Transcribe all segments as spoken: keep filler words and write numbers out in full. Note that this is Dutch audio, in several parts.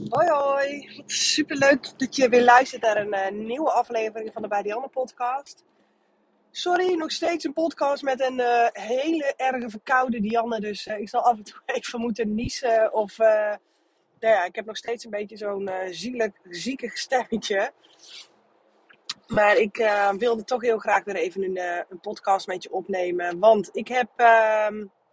Hoi hoi, superleuk dat je weer luistert naar een uh, nieuwe aflevering van de Bij Dianne podcast. Sorry, nog steeds een podcast met een uh, hele erge verkoude Dianne, dus uh, ik zal af en toe even moeten niezen of... Uh, nou ja, ik heb nog steeds een beetje zo'n uh, zielig, ziekig stemmetje. Maar ik uh, wilde toch heel graag weer even een, uh, een podcast met je opnemen, want ik heb... Uh,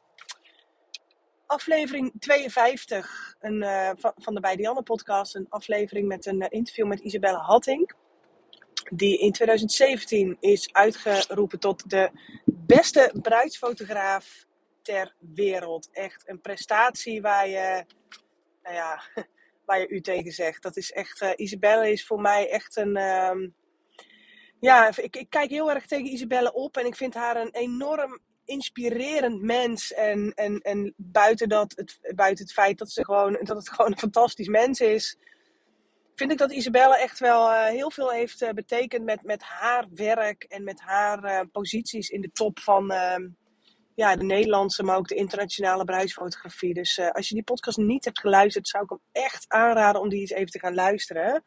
Aflevering tweeënvijftig een, uh, van, van de Bij Dianne podcast. Een aflevering met een uh, interview met Isabelle Hatting. Die in twintig zeventien is uitgeroepen tot de beste bruidsfotograaf ter wereld. Echt een prestatie waar je, nou ja, waar je u tegen zegt. Dat is echt, uh, Isabelle is voor mij echt een... Um, ja, ik, ik kijk heel erg tegen Isabelle op en ik vind haar een enorm inspirerend mens. En, en, en buiten, dat, het, buiten het feit dat, ze gewoon, dat het gewoon een fantastisch mens is, vind ik dat Isabelle echt wel uh, heel veel heeft uh, betekend met, met haar werk en met haar uh, posities in de top van uh, ja, de Nederlandse, maar ook de internationale bruidsfotografie. Dus uh, als je die podcast niet hebt geluisterd, zou ik hem echt aanraden om die eens even te gaan luisteren.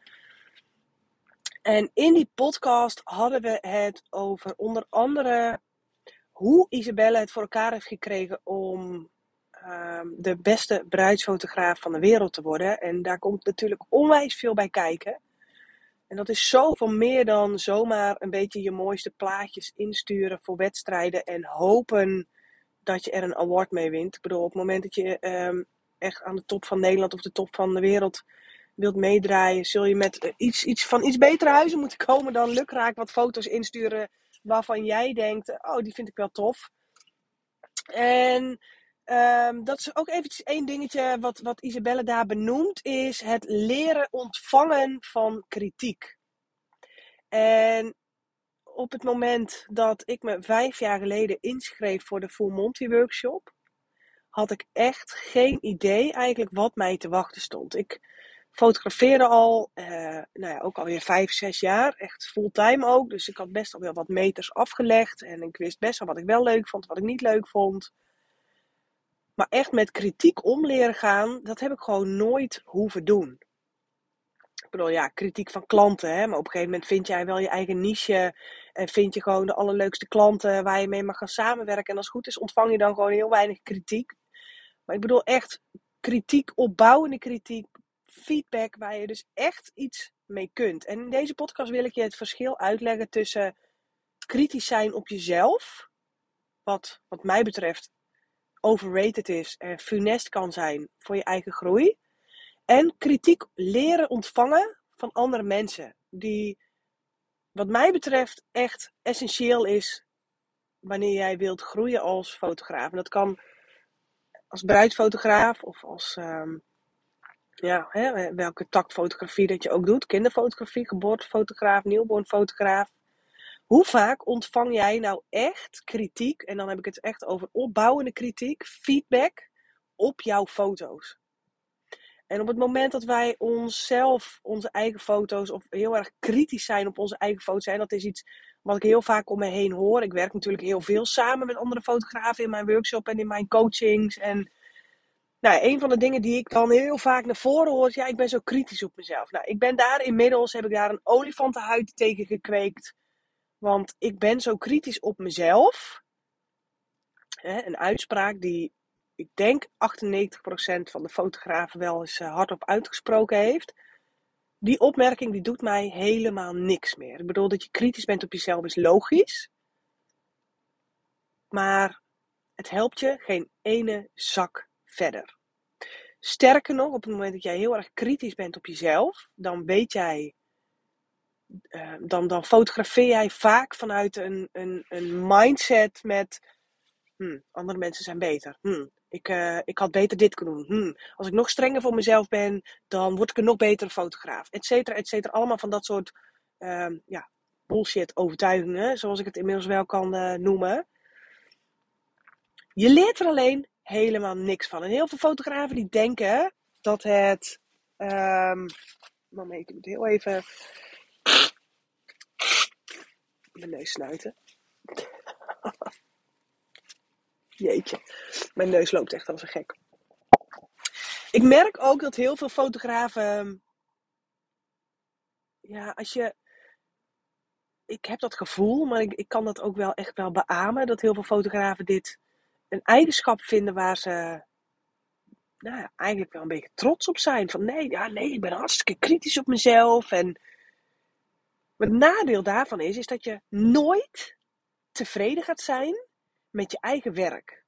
En in die podcast hadden we het over onder andere hoe Isabelle het voor elkaar heeft gekregen om uh, de beste bruidsfotograaf van de wereld te worden. En daar komt natuurlijk onwijs veel bij kijken. En dat is zoveel meer dan zomaar een beetje je mooiste plaatjes insturen voor wedstrijden en hopen dat je er een award mee wint. Ik bedoel, op het moment dat je um, echt aan de top van Nederland of de top van de wereld wilt meedraaien, zul je met uh, iets, iets van iets betere huizen moeten komen dan lukraak wat foto's insturen waarvan jij denkt, oh, die vind ik wel tof. En um, dat is ook eventjes één dingetje wat, wat Isabelle daar benoemt, is het leren ontvangen van kritiek. En op het moment dat ik me vijf jaar geleden inschreef voor de Full Monty workshop, had ik echt geen idee eigenlijk wat mij te wachten stond. Ik fotografeerde al, uh, nou ja, ook alweer vijf, zes jaar, echt fulltime ook. Dus ik had best al wel wat meters afgelegd en ik wist best wel wat ik wel leuk vond, wat ik niet leuk vond. Maar echt met kritiek om leren gaan, dat heb ik gewoon nooit hoeven doen. Ik bedoel, ja, kritiek van klanten, hè? Maar op een gegeven moment vind jij wel je eigen niche en vind je gewoon de allerleukste klanten waar je mee mag gaan samenwerken. En als het goed is, ontvang je dan gewoon heel weinig kritiek. Maar ik bedoel echt kritiek, opbouwende kritiek, feedback waar je dus echt iets mee kunt. En in deze podcast wil ik je het verschil uitleggen tussen kritisch zijn op jezelf, wat wat mij betreft overrated is en funest kan zijn voor je eigen groei. En kritiek leren ontvangen van andere mensen. Die, wat mij betreft, echt essentieel is wanneer jij wilt groeien als fotograaf. En dat kan als bruidsfotograaf of als, um, ja, hè, welke tak fotografie dat je ook doet. Kinderfotografie, geboortefotograaf, nieuwbornfotograaf. Hoe vaak ontvang jij nou echt kritiek, en dan heb ik het echt over opbouwende kritiek, feedback op jouw foto's? En op het moment dat wij onszelf, onze eigen foto's, of heel erg kritisch zijn op onze eigen foto's, en dat is iets wat ik heel vaak om me heen hoor. Ik werk natuurlijk heel veel samen met andere fotografen in mijn workshop en in mijn coachings. En nou, een van de dingen die ik dan heel vaak naar voren hoor, is, ja, ik ben zo kritisch op mezelf. Nou, ik ben daar inmiddels, heb ik daar een olifantenhuid tegen gekweekt. Want ik ben zo kritisch op mezelf. Hè, een uitspraak die ik denk achtennegentig procent van de fotografen wel eens hardop uitgesproken heeft. Die opmerking die doet mij helemaal niks meer. Ik bedoel, dat je kritisch bent op jezelf is logisch. Maar het helpt je geen ene zak verder. Sterker nog, op het moment dat jij heel erg kritisch bent op jezelf, dan weet jij, uh, dan, dan fotografeer jij vaak vanuit een, een, een mindset met, hmm, andere mensen zijn beter. Hmm, ik, uh, ik had beter dit kunnen doen. Hmm, als ik nog strenger voor mezelf ben, dan word ik een nog betere fotograaf. Etcetera, etcetera. Allemaal van dat soort uh, ja, bullshit overtuigingen, zoals ik het inmiddels wel kan uh, noemen. Je leert er alleen helemaal niks van. En heel veel fotografen die denken dat het... Um, moment, ik moet heel even... mijn neus snuiten. Jeetje, mijn neus loopt echt als een gek. Ik merk ook dat heel veel fotografen, ja, als je, ik heb dat gevoel, maar ik, ik kan dat ook wel echt wel beamen, dat heel veel fotografen dit een eigenschap vinden waar ze, nou ja, eigenlijk wel een beetje trots op zijn. Van nee, ja, nee, ik ben hartstikke kritisch op mezelf. En het nadeel daarvan is, is dat je nooit tevreden gaat zijn met je eigen werk.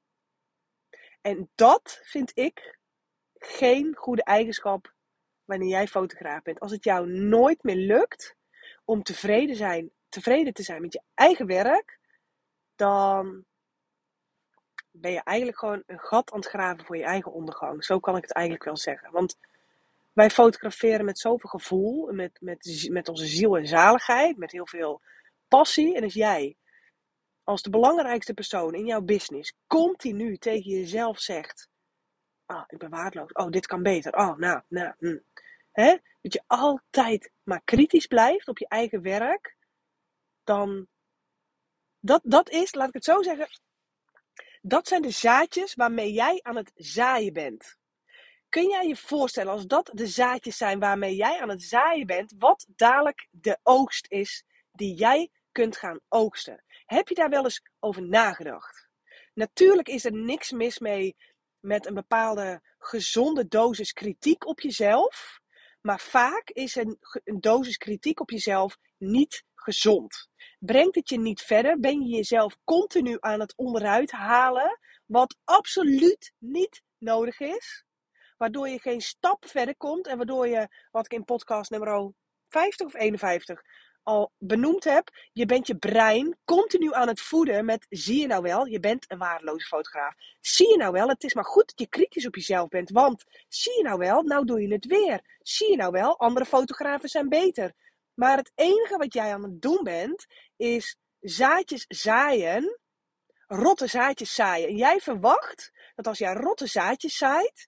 En dat vind ik geen goede eigenschap wanneer jij fotograaf bent. Als het jou nooit meer lukt om tevreden, zijn, tevreden te zijn met je eigen werk, dan ben je eigenlijk gewoon een gat aan het graven voor je eigen ondergang. Zo kan ik het eigenlijk wel zeggen. Want wij fotograferen met zoveel gevoel, met, met, met onze ziel en zaligheid, met heel veel passie. En als jij als de belangrijkste persoon in jouw business continu tegen jezelf zegt, ah, ik ben waardeloos, oh, dit kan beter, oh, nou, nou, hm. Hè? Dat je altijd maar kritisch blijft op je eigen werk, dan, dat, dat is, laat ik het zo zeggen, dat zijn de zaadjes waarmee jij aan het zaaien bent. Kun jij je voorstellen, als dat de zaadjes zijn waarmee jij aan het zaaien bent, wat dadelijk de oogst is die jij kunt gaan oogsten? Heb je daar wel eens over nagedacht? Natuurlijk is er niks mis mee met een bepaalde gezonde dosis kritiek op jezelf. Maar vaak is een, een dosis kritiek op jezelf niet gezond. Brengt het je niet verder? Ben je jezelf continu aan het onderuit halen? Wat absoluut niet nodig is. Waardoor je geen stap verder komt. En waardoor je, wat ik in podcast nummer vijftig of eenenvijftig al benoemd heb. Je bent je brein continu aan het voeden met, zie je nou wel, je bent een waardeloze fotograaf. Zie je nou wel, het is maar goed dat je kritisch op jezelf bent. Want, zie je nou wel, nou doe je het weer. Zie je nou wel, andere fotografen zijn beter. Maar het enige wat jij aan het doen bent, is zaadjes zaaien. Rotte zaadjes zaaien. En jij verwacht dat als jij rotte zaadjes zaait,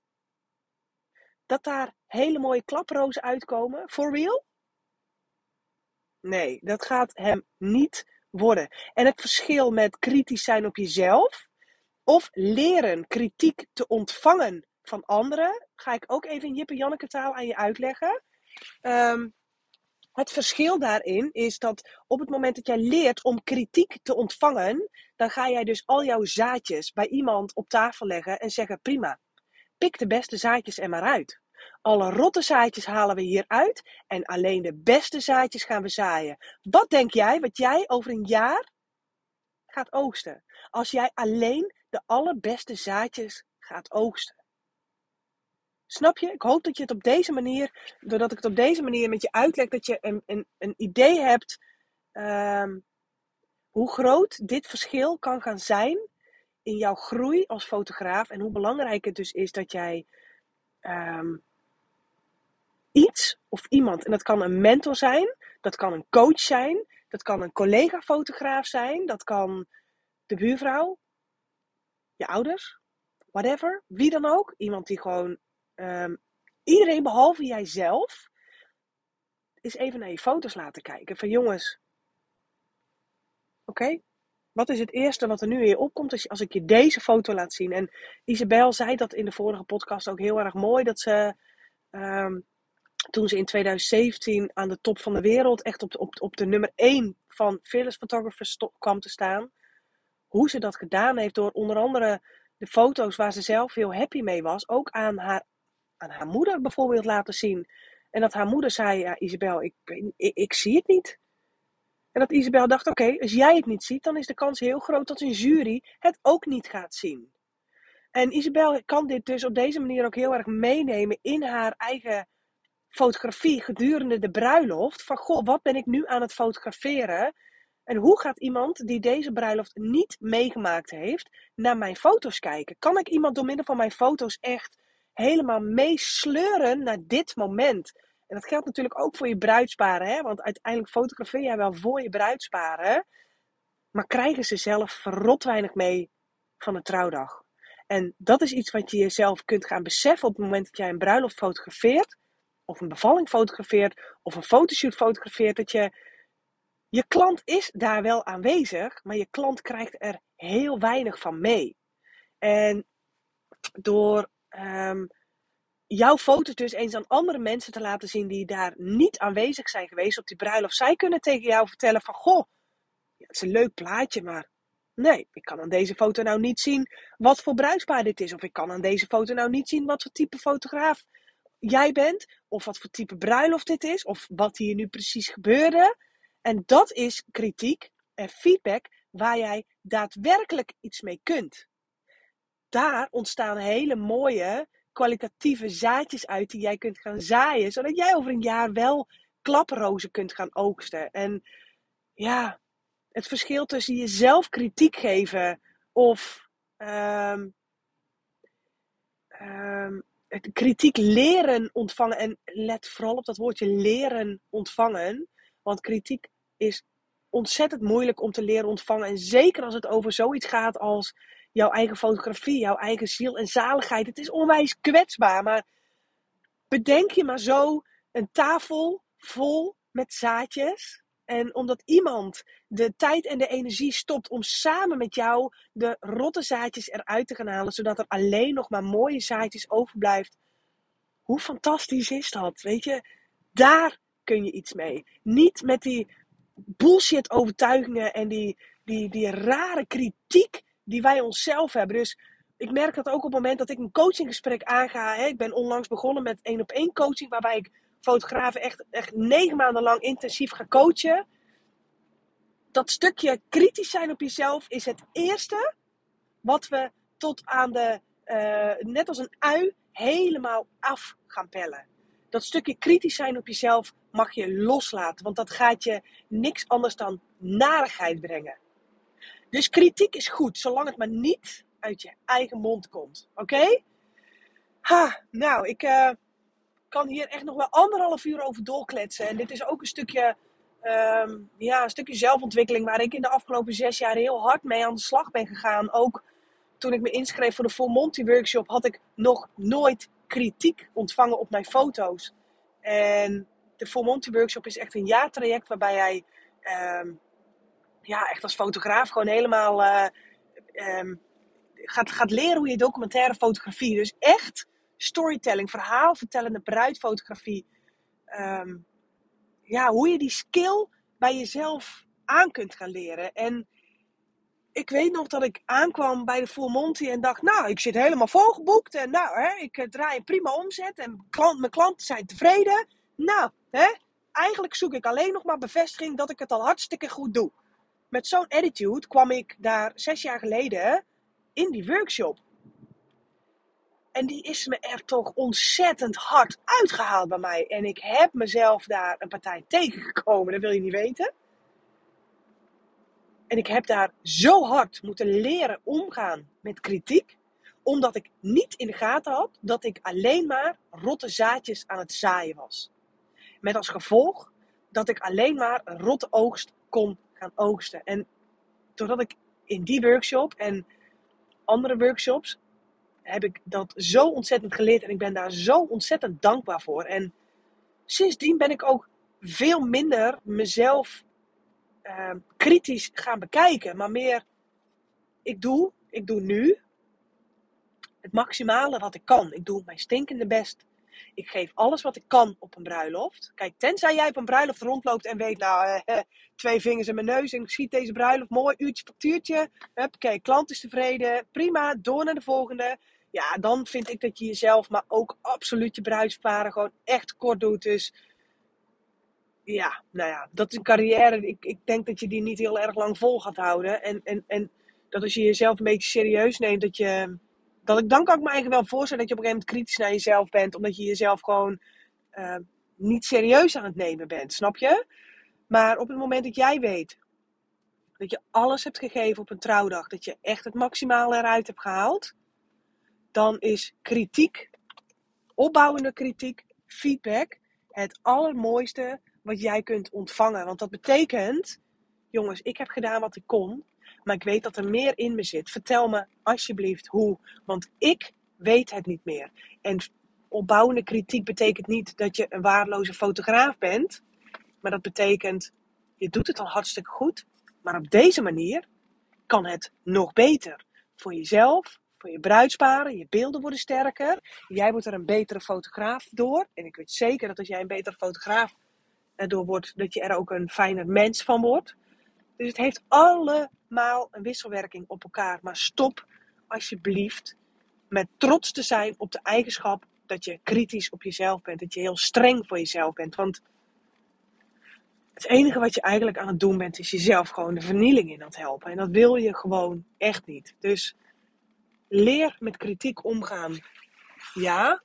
dat daar hele mooie klaprozen uitkomen? For real? Nee, dat gaat hem niet worden. En het verschil met kritisch zijn op jezelf of leren kritiek te ontvangen van anderen, ga ik ook even in Jip en Janneke taal aan je uitleggen. Um, het verschil daarin is dat op het moment dat jij leert om kritiek te ontvangen, dan ga jij dus al jouw zaadjes bij iemand op tafel leggen en zeggen, prima, pik de beste zaadjes er maar uit. Alle rotte zaadjes halen we hier uit en alleen de beste zaadjes gaan we zaaien. Wat denk jij wat jij over een jaar gaat oogsten? Als jij alleen de allerbeste zaadjes gaat oogsten. Snap je? Ik hoop dat je het op deze manier, doordat ik het op deze manier met je uitleg, dat je een, een, een idee hebt um, hoe groot dit verschil kan gaan zijn in jouw groei als fotograaf. En hoe belangrijk het dus is dat jij um, iets of iemand, en dat kan een mentor zijn, dat kan een coach zijn, dat kan een collega-fotograaf zijn, dat kan de buurvrouw, je ouders, whatever, wie dan ook. Iemand die gewoon, um, iedereen behalve jijzelf, is even naar je foto's laten kijken. Van jongens, oké, okay, wat is het eerste wat er nu in je opkomt als, je, als ik je deze foto laat zien? En Isabel zei dat in de vorige podcast ook heel erg mooi, dat ze, um, toen ze in twintig zeventien aan de top van de wereld, echt op de, op, op de nummer één van Fearless Photographers sto- kwam te staan, hoe ze dat gedaan heeft door onder andere de foto's waar ze zelf heel happy mee was, ook aan haar, aan haar moeder bijvoorbeeld laten zien. En dat haar moeder zei, ja Isabel, ik, ik, ik zie het niet. En dat Isabel dacht, oké, okay, als jij het niet ziet, dan is de kans heel groot dat een jury het ook niet gaat zien. En Isabel kan dit dus op deze manier ook heel erg meenemen in haar eigen fotografie gedurende de bruiloft. Van, goh, wat ben ik nu aan het fotograferen? En hoe gaat iemand die deze bruiloft niet meegemaakt heeft, naar mijn foto's kijken? Kan ik iemand door middel van mijn foto's echt helemaal meesleuren naar dit moment? En dat geldt natuurlijk ook voor je bruidsparen, hè? Want uiteindelijk fotografeer jij wel voor je bruidsparen, maar krijgen ze zelf verrot weinig mee van de trouwdag. En dat is iets wat je jezelf kunt gaan beseffen op het moment dat jij een bruiloft fotografeert, of een bevalling fotografeert, of een fotoshoot fotografeert, dat je, je klant is daar wel aanwezig, maar je klant krijgt er heel weinig van mee. En door um, jouw foto's dus eens aan andere mensen te laten zien die daar niet aanwezig zijn geweest op die bruiloft. Zij kunnen tegen jou vertellen van, goh, ja, het is een leuk plaatje, maar nee, ik kan aan deze foto nou niet zien wat voor bruidspaar dit is. Of ik kan aan deze foto nou niet zien wat voor type fotograaf jij bent. Of wat voor type bruiloft dit is. Of wat hier nu precies gebeurde. En dat is kritiek en feedback waar jij daadwerkelijk iets mee kunt. Daar ontstaan hele mooie kwalitatieve zaadjes uit die jij kunt gaan zaaien. Zodat jij over een jaar wel klaprozen kunt gaan oogsten. En ja, het verschil tussen jezelf kritiek geven of um, um, het kritiek leren ontvangen. En let vooral op dat woordje leren ontvangen. Want kritiek is ontzettend moeilijk om te leren ontvangen. En zeker als het over zoiets gaat als jouw eigen fotografie, jouw eigen ziel en zaligheid. Het is onwijs kwetsbaar, maar bedenk je maar zo een tafel vol met zaadjes. En omdat iemand de tijd en de energie stopt om samen met jou de rotte zaadjes eruit te gaan halen, zodat er alleen nog maar mooie zaadjes overblijft. Hoe fantastisch is dat? Weet je, daar kun je iets mee. Niet met die bullshit overtuigingen en die, die, die rare kritiek die wij onszelf hebben. Dus ik merk dat ook op het moment dat ik een coachinggesprek aanga. Hè, ik ben onlangs begonnen met één op één coaching, waarbij ik fotografen echt, echt negen maanden lang intensief ga coachen. Dat stukje kritisch zijn op jezelf is het eerste wat we tot aan de, uh, net als een ui, helemaal af gaan pellen. Dat stukje kritisch zijn op jezelf mag je loslaten, want dat gaat je niks anders dan narigheid brengen. Dus kritiek is goed, zolang het maar niet uit je eigen mond komt. Oké? Okay? Ha, nou, ik uh, kan hier echt nog wel anderhalf uur over doorkletsen. En dit is ook een stukje, um, ja, een stukje zelfontwikkeling waar ik in de afgelopen zes jaar heel hard mee aan de slag ben gegaan. Ook toen ik me inschreef voor de Full Monty Workshop had ik nog nooit kritiek ontvangen op mijn foto's. En de Full Monty Workshop is echt een jaartraject waarbij jij um, ja, echt als fotograaf gewoon helemaal uh, um, gaat, gaat leren hoe je documentaire fotografie, dus echt storytelling, verhaalvertellende bruidfotografie, um, ja, hoe je die skill bij jezelf aan kunt gaan leren. En ik weet nog dat ik aankwam bij de Full Monty en dacht, nou, ik zit helemaal volgeboekt. En nou, hè, ik uh, draai een prima omzet en klant, mijn klanten zijn tevreden. Nou, hè, eigenlijk zoek ik alleen nog maar bevestiging dat ik het al hartstikke goed doe. Met zo'n attitude kwam ik daar zes jaar geleden in die workshop. En die is me er toch ontzettend hard uitgehaald bij mij. En ik heb mezelf daar een partij tegengekomen, dat wil je niet weten. En ik heb daar zo hard moeten leren omgaan met kritiek. Omdat ik niet in de gaten had dat ik alleen maar rotte zaadjes aan het zaaien was. Met als gevolg dat ik alleen maar een rotte oogst kon gaan oogsten. En doordat ik in die workshop en andere workshops heb ik dat zo ontzettend geleerd. En ik ben daar zo ontzettend dankbaar voor. En sindsdien ben ik ook veel minder mezelf uh, kritisch gaan bekijken. Maar meer, ik doe, ik doe nu het maximale wat ik kan. Ik doe mijn stinkende best. Ik geef alles wat ik kan op een bruiloft. Kijk, tenzij jij op een bruiloft rondloopt en weet, nou, eh, twee vingers in mijn neus en ik schiet deze bruiloft mooi, uurtje, factuurtje. Oké, klant is tevreden, prima, door naar de volgende. Ja, dan vind ik dat je jezelf, maar ook absoluut je bruidsparen gewoon echt kort doet. Dus ja, nou ja, dat is een carrière. Ik, ik denk dat je die niet heel erg lang vol gaat houden. En, en, en dat als je jezelf een beetje serieus neemt, dat je... Dat ik, dan kan ik me eigenlijk wel voorstellen dat je op een gegeven moment kritisch naar jezelf bent. Omdat je jezelf gewoon uh, niet serieus aan het nemen bent. Snap je? Maar op het moment dat jij weet dat je alles hebt gegeven op een trouwdag. Dat je echt het maximale eruit hebt gehaald. Dan is kritiek, opbouwende kritiek, feedback, het allermooiste wat jij kunt ontvangen. Want dat betekent, jongens, ik heb gedaan wat ik kon. Maar ik weet dat er meer in me zit. Vertel me alsjeblieft hoe. Want ik weet het niet meer. En opbouwende kritiek betekent niet dat je een waardeloze fotograaf bent. Maar dat betekent, je doet het al hartstikke goed. Maar op deze manier kan het nog beter. Voor jezelf, voor je bruidsparen. Je beelden worden sterker. Jij wordt er een betere fotograaf door. En ik weet zeker dat als jij een betere fotograaf erdoor wordt, dat je er ook een fijner mens van wordt. Dus het heeft allemaal een wisselwerking op elkaar. Maar stop alsjeblieft met trots te zijn op de eigenschap dat je kritisch op jezelf bent. Dat je heel streng voor jezelf bent. Want het enige wat je eigenlijk aan het doen bent, is jezelf gewoon de vernieling in aan het helpen. En dat wil je gewoon echt niet. Dus leer met kritiek omgaan. Ja.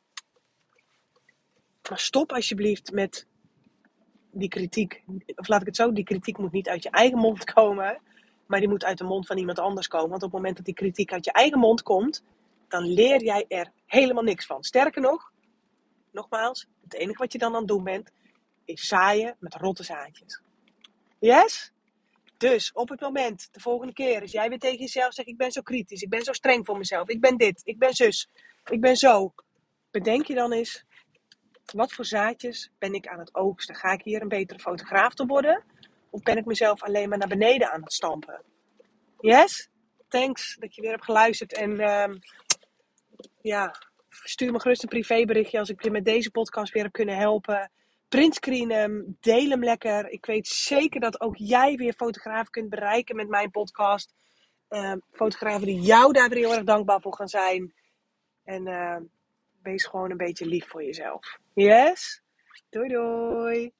Maar stop alsjeblieft met die kritiek. Of laat ik het zo, die kritiek moet niet uit je eigen mond komen. Maar die moet uit de mond van iemand anders komen. Want op het moment dat die kritiek uit je eigen mond komt, dan leer jij er helemaal niks van. Sterker nog, nogmaals, het enige wat je dan aan het doen bent, is zaaien met rotte zaadjes. Yes? Dus op het moment, de volgende keer, als jij weer tegen jezelf zegt, ik ben zo kritisch, ik ben zo streng voor mezelf, ik ben dit, ik ben zus, ik ben zo. Bedenk je dan eens, wat voor zaadjes ben ik aan het oogsten? Ga ik hier een betere fotograaf te worden? Of ben ik mezelf alleen maar naar beneden aan het stampen? Yes? Thanks dat je weer hebt geluisterd. En um, ja, stuur me gerust een privéberichtje als ik je met deze podcast weer heb kunnen helpen. Printscreen hem, deel hem lekker. Ik weet zeker dat ook jij weer fotografen kunt bereiken met mijn podcast. Uh, fotografen die jou daar weer heel erg dankbaar voor gaan zijn. En uh, wees gewoon een beetje lief voor jezelf. Yes? Doei doei!